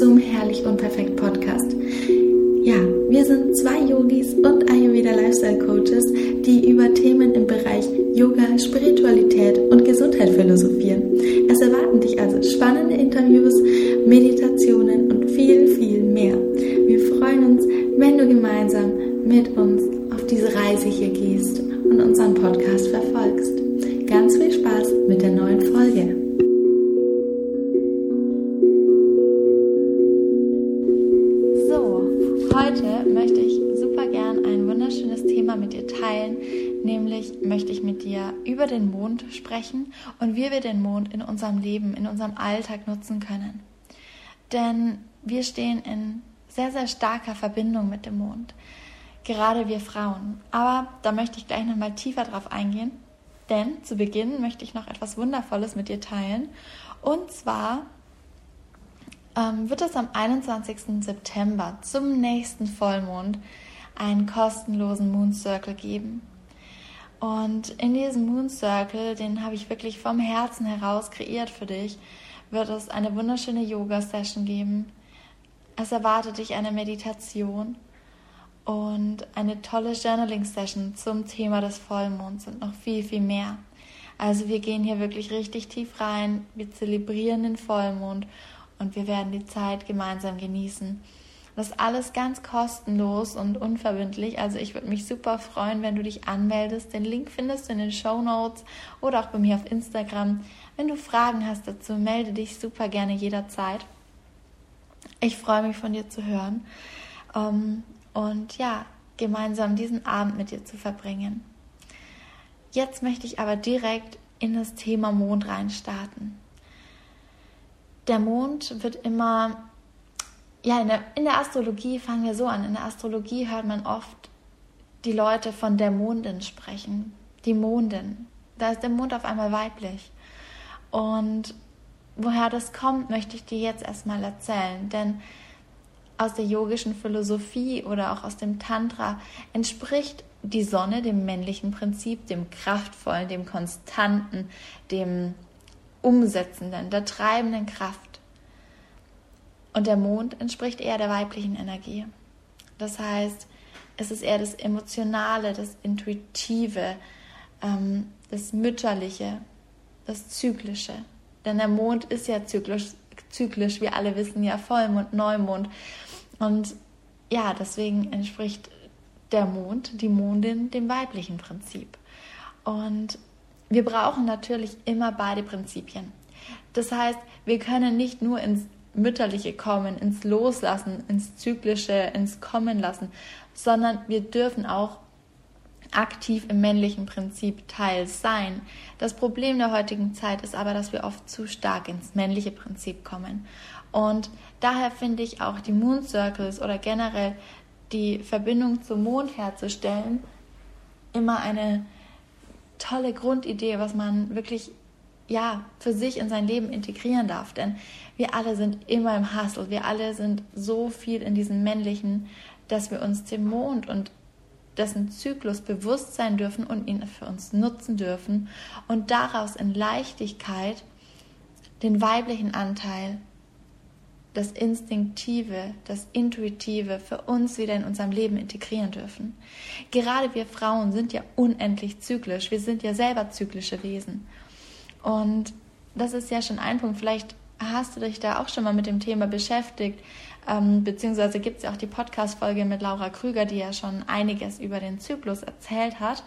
zum Herrlich Unperfekt Podcast. Ja, wir sind 2 Yogis und Ayurveda Lifestyle Coaches, die über Themen im Bereich Yoga, Spiritualität und Gesundheit philosophieren. Es erwarten dich also spannende Interviews, Meditationen und viel, viel mehr. Wir freuen uns, wenn du gemeinsam mit uns auf diese Reise hier gehst und unseren Podcast verfolgst. Ganz viel Spaß mit der neuen Folge. Heute möchte ich super gern ein wunderschönes Thema mit dir teilen, nämlich möchte ich mit dir über den Mond sprechen und wie wir den Mond in unserem Leben, in unserem Alltag nutzen können. Denn wir stehen in sehr, sehr starker Verbindung mit dem Mond, gerade wir Frauen. Aber da möchte ich gleich nochmal tiefer drauf eingehen, denn zu Beginn möchte ich noch etwas Wundervolles mit dir teilen. Und zwar wird es am 21. September zum nächsten Vollmond einen kostenlosen Moon Circle geben. Und in diesem Moon Circle, den habe ich wirklich vom Herzen heraus kreiert für dich, wird es eine wunderschöne Yoga-Session geben. Es erwartet dich eine Meditation und eine tolle Journaling-Session zum Thema des Vollmonds und noch viel, viel mehr. Also wir gehen hier wirklich richtig tief rein, wir zelebrieren den Vollmond und wir werden die Zeit gemeinsam genießen. Das ist alles ganz kostenlos und unverbindlich. Also ich würde mich super freuen, wenn du dich anmeldest. Den Link findest du in den Shownotes oder auch bei mir auf Instagram. Wenn du Fragen hast dazu, melde dich super gerne jederzeit. Ich freue mich, von dir zu hören. Und ja, gemeinsam diesen Abend mit dir zu verbringen. Jetzt möchte ich aber direkt in das Thema Mond reinstarten. Der Mond wird immer, ja, in der Astrologie fangen wir so an. In der Astrologie hört man oft die Leute von der Mondin sprechen. Die Mondin. Da ist der Mond auf einmal weiblich. Und woher das kommt, möchte ich dir jetzt erstmal erzählen. Denn aus der yogischen Philosophie oder auch aus dem Tantra entspricht die Sonne dem männlichen Prinzip, dem kraftvollen, dem konstanten, dem umsetzenden, der treibenden Kraft. Und der Mond entspricht eher der weiblichen Energie. Das heißt, es ist eher das Emotionale, das Intuitive, das Mütterliche, das Zyklische. Denn der Mond ist ja zyklisch, wir alle wissen ja, Vollmond, Neumond. Und ja, deswegen entspricht der Mond, die Mondin, dem weiblichen Prinzip. Und wir brauchen natürlich immer beide Prinzipien. Das heißt, wir können nicht nur ins Mütterliche kommen, ins Loslassen, ins Zyklische, ins Kommen lassen, sondern wir dürfen auch aktiv im männlichen Prinzip Teil sein. Das Problem der heutigen Zeit ist aber, dass wir oft zu stark ins männliche Prinzip kommen. Und daher finde ich auch die Moon Circles oder generell die Verbindung zum Mond herzustellen immer eine tolle Grundidee, was man wirklich für sich in sein Leben integrieren darf. Denn wir alle sind immer im Hustle, wir alle sind so viel in diesem Männlichen, dass wir uns dem Mond und dessen Zyklus bewusst sein dürfen und ihn für uns nutzen dürfen und daraus in Leichtigkeit den weiblichen Anteil, das Instinktive, das Intuitive für uns wieder in unserem Leben integrieren dürfen. Gerade wir Frauen sind ja unendlich zyklisch. Wir sind ja selber zyklische Wesen. Und das ist ja schon ein Punkt. Vielleicht hast du dich da auch schon mal mit dem Thema beschäftigt, beziehungsweise gibt es ja auch die Podcast-Folge mit Laura Krüger, die ja schon einiges über den Zyklus erzählt hat.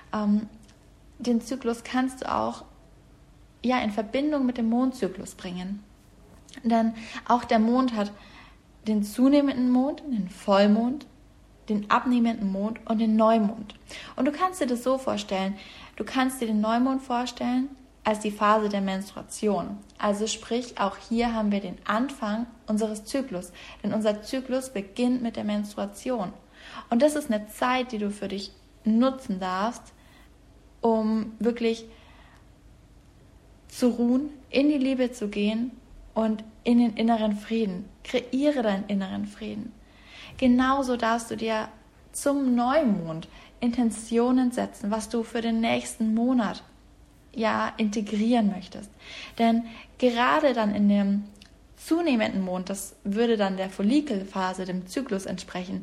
Den Zyklus kannst du auch in Verbindung mit dem Mondzyklus bringen. Denn auch der Mond hat den zunehmenden Mond, den Vollmond, den abnehmenden Mond und den Neumond. Und du kannst dir das so vorstellen, du kannst dir den Neumond vorstellen als die Phase der Menstruation. Also sprich, auch hier haben wir den Anfang unseres Zyklus. Denn unser Zyklus beginnt mit der Menstruation. Und das ist eine Zeit, die du für dich nutzen darfst, um wirklich zu ruhen, in die Liebe zu gehen und in den inneren Frieden. Kreiere deinen inneren Frieden. Genauso darfst du dir zum Neumond Intentionen setzen, was du für den nächsten Monat integrieren möchtest. Denn gerade dann in dem zunehmenden Mond, das würde dann der Follikelphase, dem Zyklus entsprechen,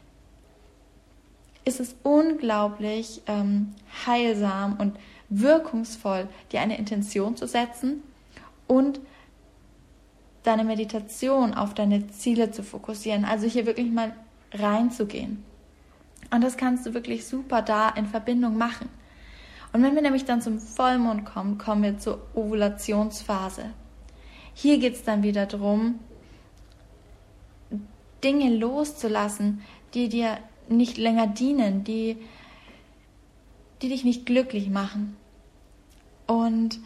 ist es unglaublich heilsam und wirkungsvoll, dir eine Intention zu setzen und deine Meditation auf deine Ziele zu fokussieren. Also hier wirklich mal reinzugehen. Und das kannst du wirklich super da in Verbindung machen. Und wenn wir nämlich dann zum Vollmond kommen, kommen wir zur Ovulationsphase. Hier geht es dann wieder darum, Dinge loszulassen, die dir nicht länger dienen, die dich nicht glücklich machen. Und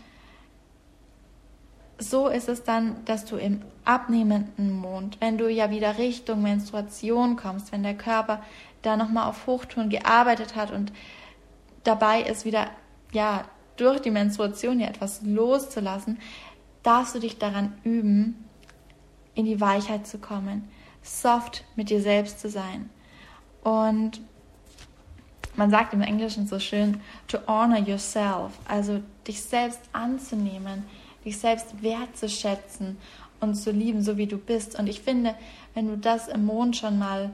so ist es dann, dass du im abnehmenden Mond, wenn du ja wieder Richtung Menstruation kommst, wenn der Körper da nochmal auf Hochtouren gearbeitet hat und dabei ist wieder, ja, durch die Menstruation ja etwas loszulassen, darfst du dich daran üben, in die Weichheit zu kommen, soft mit dir selbst zu sein. Und man sagt im Englischen so schön, to honor yourself, also dich selbst anzunehmen, dich selbst wertzuschätzen und zu lieben, so wie du bist. Und ich finde, wenn du das im Mond schon mal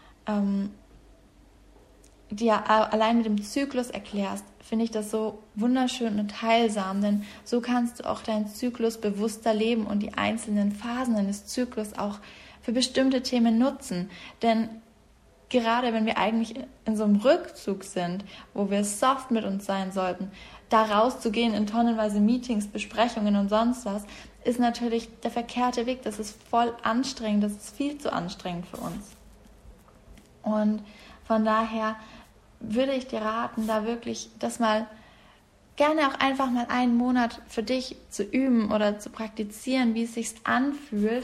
dir allein mit dem Zyklus erklärst, finde ich das so wunderschön und heilsam, denn so kannst du auch deinen Zyklus bewusster leben und die einzelnen Phasen deines Zyklus auch für bestimmte Themen nutzen. Denn gerade wenn wir eigentlich in so einem Rückzug sind, wo wir soft mit uns sein sollten, da rauszugehen in tonnenweise Meetings, Besprechungen und sonst was, ist natürlich der verkehrte Weg. Das ist voll anstrengend, das ist viel zu anstrengend für uns. Und von daher würde ich dir raten, da wirklich das mal gerne auch einfach mal einen Monat für dich zu üben oder zu praktizieren, wie es sich anfühlt,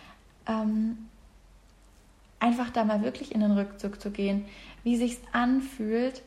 einfach da mal wirklich in den Rückzug zu gehen, wie es sich anfühlt,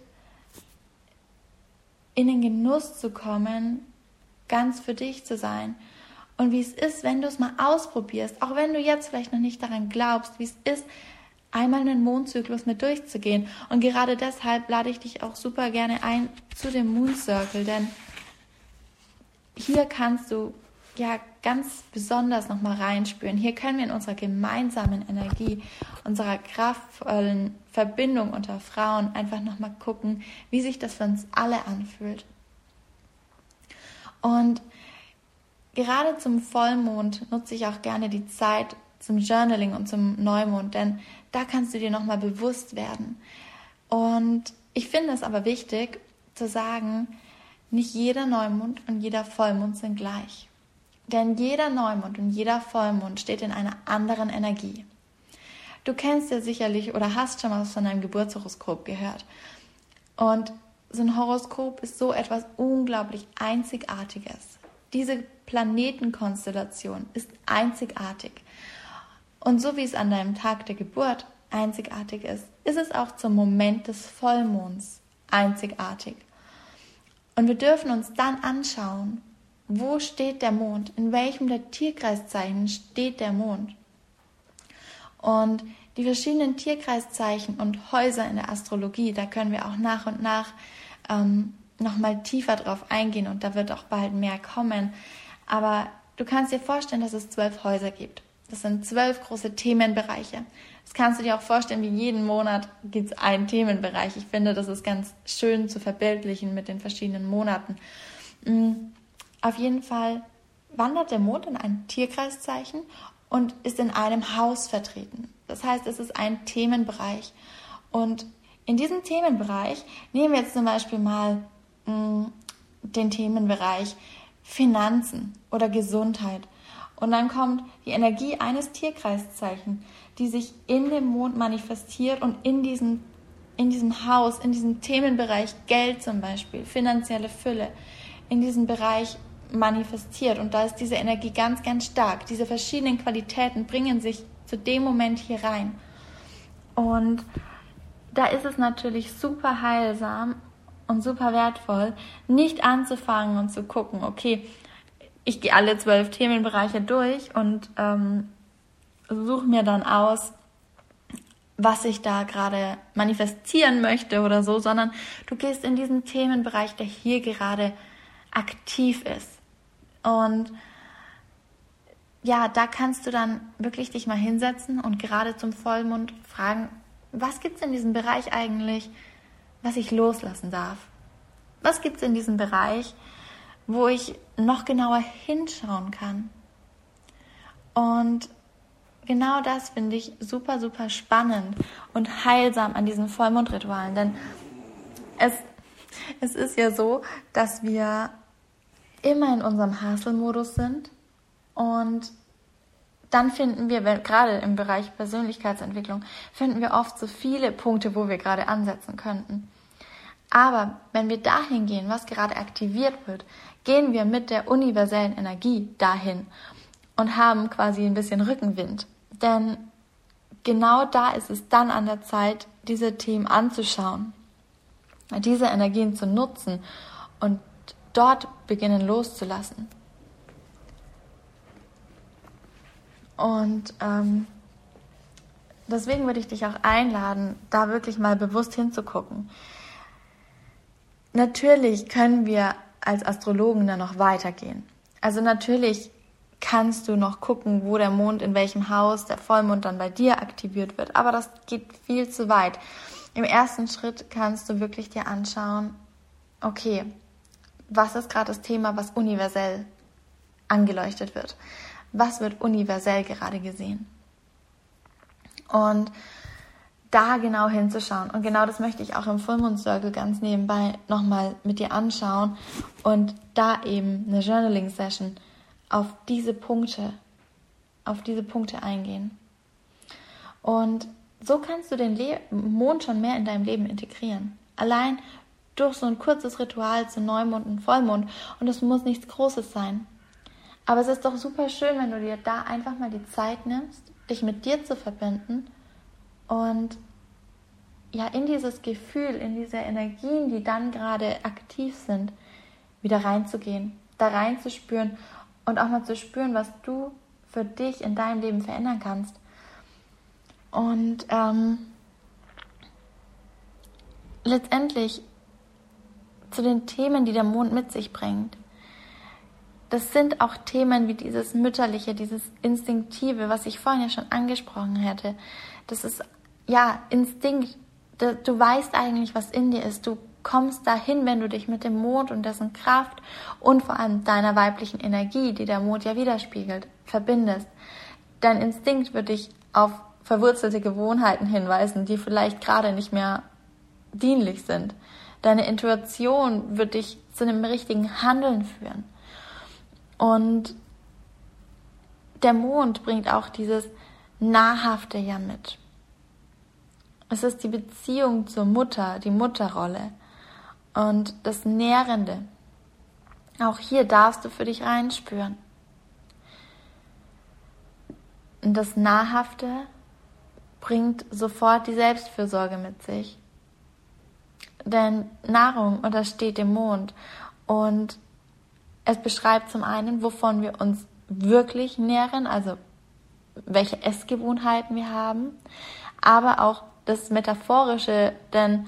in den Genuss zu kommen, ganz für dich zu sein. Und wie es ist, wenn du es mal ausprobierst, auch wenn du jetzt vielleicht noch nicht daran glaubst, wie es ist, einmal einen Mondzyklus mit durchzugehen. Und gerade deshalb lade ich dich auch super gerne ein zu dem Moon Circle, denn hier kannst du ja ganz besonders nochmal reinspüren. Hier können wir in unserer gemeinsamen Energie, unserer kraftvollen Verbindung unter Frauen einfach nochmal gucken, wie sich das für uns alle anfühlt. Und gerade zum Vollmond nutze ich auch gerne die Zeit zum Journaling und zum Neumond, denn da kannst du dir nochmal bewusst werden. Und ich finde es aber wichtig zu sagen, nicht jeder Neumond und jeder Vollmond sind gleich. Denn jeder Neumond und jeder Vollmond steht in einer anderen Energie. Du kennst ja sicherlich oder hast schon mal von deinem Geburtshoroskop gehört. Und so ein Horoskop ist so etwas unglaublich Einzigartiges. Diese Planetenkonstellation ist einzigartig. Und so wie es an deinem Tag der Geburt einzigartig ist, ist es auch zum Moment des Vollmonds einzigartig. Und wir dürfen uns dann anschauen, wo steht der Mond, in welchem der Tierkreiszeichen steht der Mond. Und die verschiedenen Tierkreiszeichen und Häuser in der Astrologie, da können wir auch nach und nach nochmal tiefer drauf eingehen und da wird auch bald mehr kommen. Aber du kannst dir vorstellen, dass es 12 Häuser gibt. Das sind 12 große Themenbereiche. Das kannst du dir auch vorstellen, wie jeden Monat gibt es einen Themenbereich. Ich finde, das ist ganz schön zu verbildlichen mit den verschiedenen Monaten. Auf jeden Fall wandert der Mond in ein Tierkreiszeichen und ist in einem Haus vertreten. Das heißt, es ist ein Themenbereich. Und in diesem Themenbereich nehmen wir jetzt zum Beispiel mal den Themenbereich Finanzen oder Gesundheit. Und dann kommt die Energie eines Tierkreiszeichens, die sich in dem Mond manifestiert und in diesem Haus, in diesem Themenbereich Geld zum Beispiel, finanzielle Fülle, in diesem Bereich manifestiert. Und da ist diese Energie ganz, ganz stark. Diese verschiedenen Qualitäten bringen sich zu dem Moment hier rein. Und da ist es natürlich super heilsam und super wertvoll, nicht anzufangen und zu gucken, okay, ich gehe alle 12 Themenbereiche durch und suche mir dann aus, was ich da gerade manifestieren möchte oder so, sondern du gehst in diesen Themenbereich, der hier gerade aktiv ist. Und da kannst du dann wirklich dich mal hinsetzen und gerade zum Vollmond fragen, was gibt es in diesem Bereich eigentlich, was ich loslassen darf? Was gibt es in diesem Bereich, wo ich noch genauer hinschauen kann? Und genau das finde ich super, super spannend und heilsam an diesen Vollmondritualen. Denn es ist ja so, dass wir immer in unserem Hustle-Modus sind und dann finden wir, gerade im Bereich Persönlichkeitsentwicklung, finden wir oft so viele Punkte, wo wir gerade ansetzen könnten. Aber wenn wir dahin gehen, was gerade aktiviert wird, gehen wir mit der universellen Energie dahin und haben quasi ein bisschen Rückenwind. Denn genau da ist es dann an der Zeit, diese Themen anzuschauen, diese Energien zu nutzen und dort beginnen loszulassen. Und deswegen würde ich dich auch einladen, da wirklich mal bewusst hinzugucken. Natürlich können wir als Astrologen dann noch weitergehen. Also natürlich kannst du noch gucken, wo der Mond, in welchem Haus der Vollmond dann bei dir aktiviert wird. Aber das geht viel zu weit. Im ersten Schritt kannst du wirklich dir anschauen, okay, was ist gerade das Thema, was universell angeleuchtet wird? Was wird universell gerade gesehen? Und da genau hinzuschauen. Und genau das möchte ich auch im Fullmoon Circle ganz nebenbei nochmal mit dir anschauen und da eben eine Journaling-Session auf diese Punkte eingehen. Und so kannst du den Mond schon mehr in deinem Leben integrieren. Allein durch so ein kurzes Ritual zu Neumond und Vollmond. Und es muss nichts Großes sein. Aber es ist doch super schön, wenn du dir da einfach mal die Zeit nimmst, dich mit dir zu verbinden und in dieses Gefühl, in diese Energien, die dann gerade aktiv sind, wieder reinzugehen, da reinzuspüren und auch mal zu spüren, was du für dich in deinem Leben verändern kannst. Und letztendlich zu den Themen, die der Mond mit sich bringt. Das sind auch Themen wie dieses Mütterliche, dieses Instinktive, was ich vorhin ja schon angesprochen hätte. Das ist Instinkt. Du weißt eigentlich, was in dir ist. Du kommst dahin, wenn du dich mit dem Mond und dessen Kraft und vor allem deiner weiblichen Energie, die der Mond ja widerspiegelt, verbindest. Dein Instinkt wird dich auf verwurzelte Gewohnheiten hinweisen, die vielleicht gerade nicht mehr dienlich sind. Deine Intuition wird dich zu einem richtigen Handeln führen. Und der Mond bringt auch dieses Nahrhafte ja mit. Es ist die Beziehung zur Mutter, die Mutterrolle und das Nährende. Auch hier darfst du für dich reinspüren. Und das Nahrhafte bringt sofort die Selbstfürsorge mit sich. Denn Nahrung untersteht dem Mond und es beschreibt zum einen, wovon wir uns wirklich nähren, also welche Essgewohnheiten wir haben, aber auch das Metaphorische, denn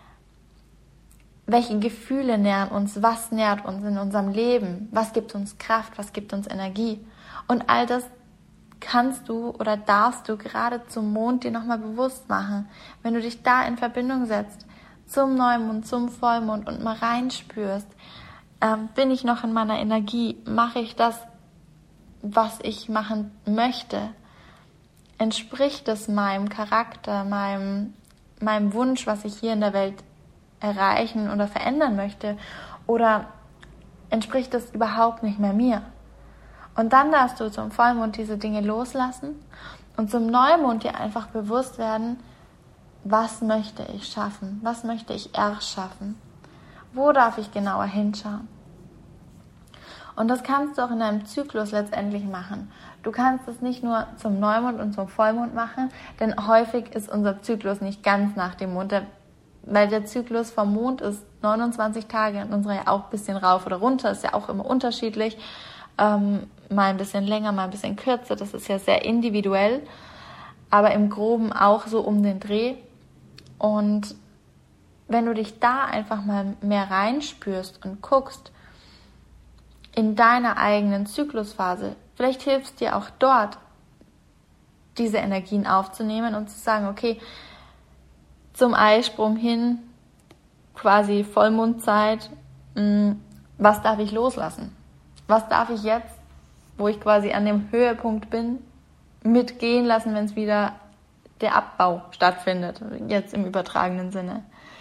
welche Gefühle nähren uns, was nährt uns in unserem Leben, was gibt uns Kraft, was gibt uns Energie. Und all das kannst du oder darfst du gerade zum Mond dir nochmal bewusst machen, wenn du dich da in Verbindung setzt, zum Neumond, zum Vollmond und mal reinspürst, bin ich noch in meiner Energie, mache ich das, was ich machen möchte, entspricht es meinem Charakter, meinem Wunsch, was ich hier in der Welt erreichen oder verändern möchte, oder entspricht es überhaupt nicht mehr mir? Und dann darfst du zum Vollmond diese Dinge loslassen und zum Neumond dir einfach bewusst werden, was möchte ich schaffen, was möchte ich erschaffen, wo darf ich genauer hinschauen. Und das kannst du auch in deinem Zyklus letztendlich machen. Du kannst es nicht nur zum Neumond und zum Vollmond machen, denn häufig ist unser Zyklus nicht ganz nach dem Mond, weil der Zyklus vom Mond ist 29 Tage und unserer ja auch ein bisschen rauf oder runter, ist ja auch immer unterschiedlich, mal ein bisschen länger, mal ein bisschen kürzer, das ist ja sehr individuell, aber im Groben auch so um den Dreh. Und wenn du dich da einfach mal mehr reinspürst und guckst, in deiner eigenen Zyklusphase, Vielleicht hilft dir auch dort, diese Energien aufzunehmen und zu sagen, okay, zum Eisprung hin, quasi Vollmondzeit, was darf ich loslassen? Was darf ich jetzt, wo ich quasi an dem Höhepunkt bin, mitgehen lassen, wenn es wieder der Abbau stattfindet, jetzt im übertragenen Sinne.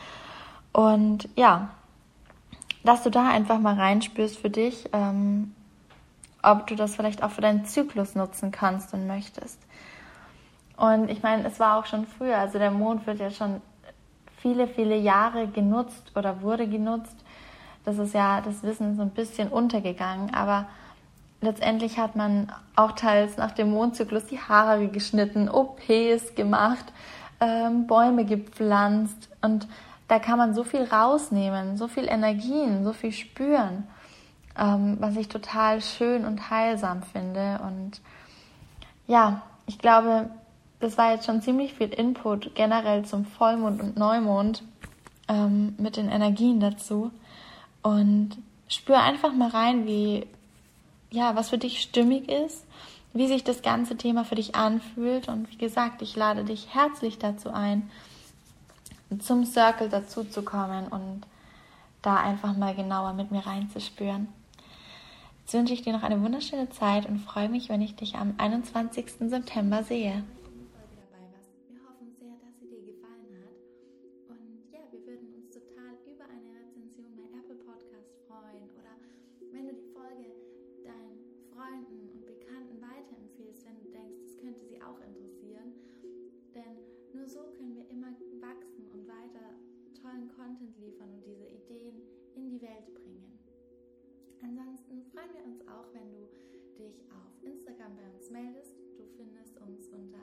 Und ja, dass du da einfach mal reinspürst für dich, ob du das vielleicht auch für deinen Zyklus nutzen kannst und möchtest. Und ich meine, es war auch schon früher, also der Mond wird ja schon viele, viele Jahre genutzt oder wurde genutzt. Das ist ja, das Wissen so ein bisschen untergegangen, aber letztendlich hat man auch teils nach dem Mondzyklus die Haare geschnitten, OPs gemacht, Bäume gepflanzt und da kann man so viel rausnehmen, so viel Energien, so viel spüren, was ich total schön und heilsam finde. Und ja, ich glaube, das war jetzt schon ziemlich viel Input generell zum Vollmond und Neumond mit den Energien dazu. Und spür einfach mal rein, was für dich stimmig ist, wie sich das ganze Thema für dich anfühlt. Und wie gesagt, ich lade dich herzlich dazu ein, zum Circle dazu zu kommen und da einfach mal genauer mit mir reinzuspüren. Jetzt wünsche ich dir noch eine wunderschöne Zeit und freue mich, wenn ich dich am 21. September sehe. Wir hoffen sehr, dass sie dir gefallen hat. Und ja, wir würden uns total über eine Rezension bei Apple Podcast freuen oder wenn du die Folge deinen Freunden und Bekannten weiterempfehlst, wenn du denkst, das könnte sie auch interessieren. Denn nur so können wir immer wachsen und weiter tollen Content liefern und diese Ideen in die Welt bringen. Ansonsten freuen wir uns auch, wenn du dich auf Instagram bei uns meldest. Du findest uns unter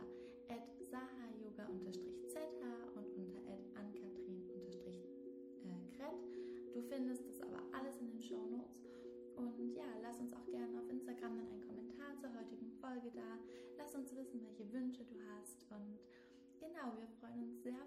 @sahayoga_zh und unter @ankatrin_kret. Du findest das aber alles in den Shownotes. Und ja, lass uns auch gerne auf Instagram dann einen Kommentar zur heutigen Folge da. Lass uns wissen, welche Wünsche du hast. Und genau, wir freuen uns sehr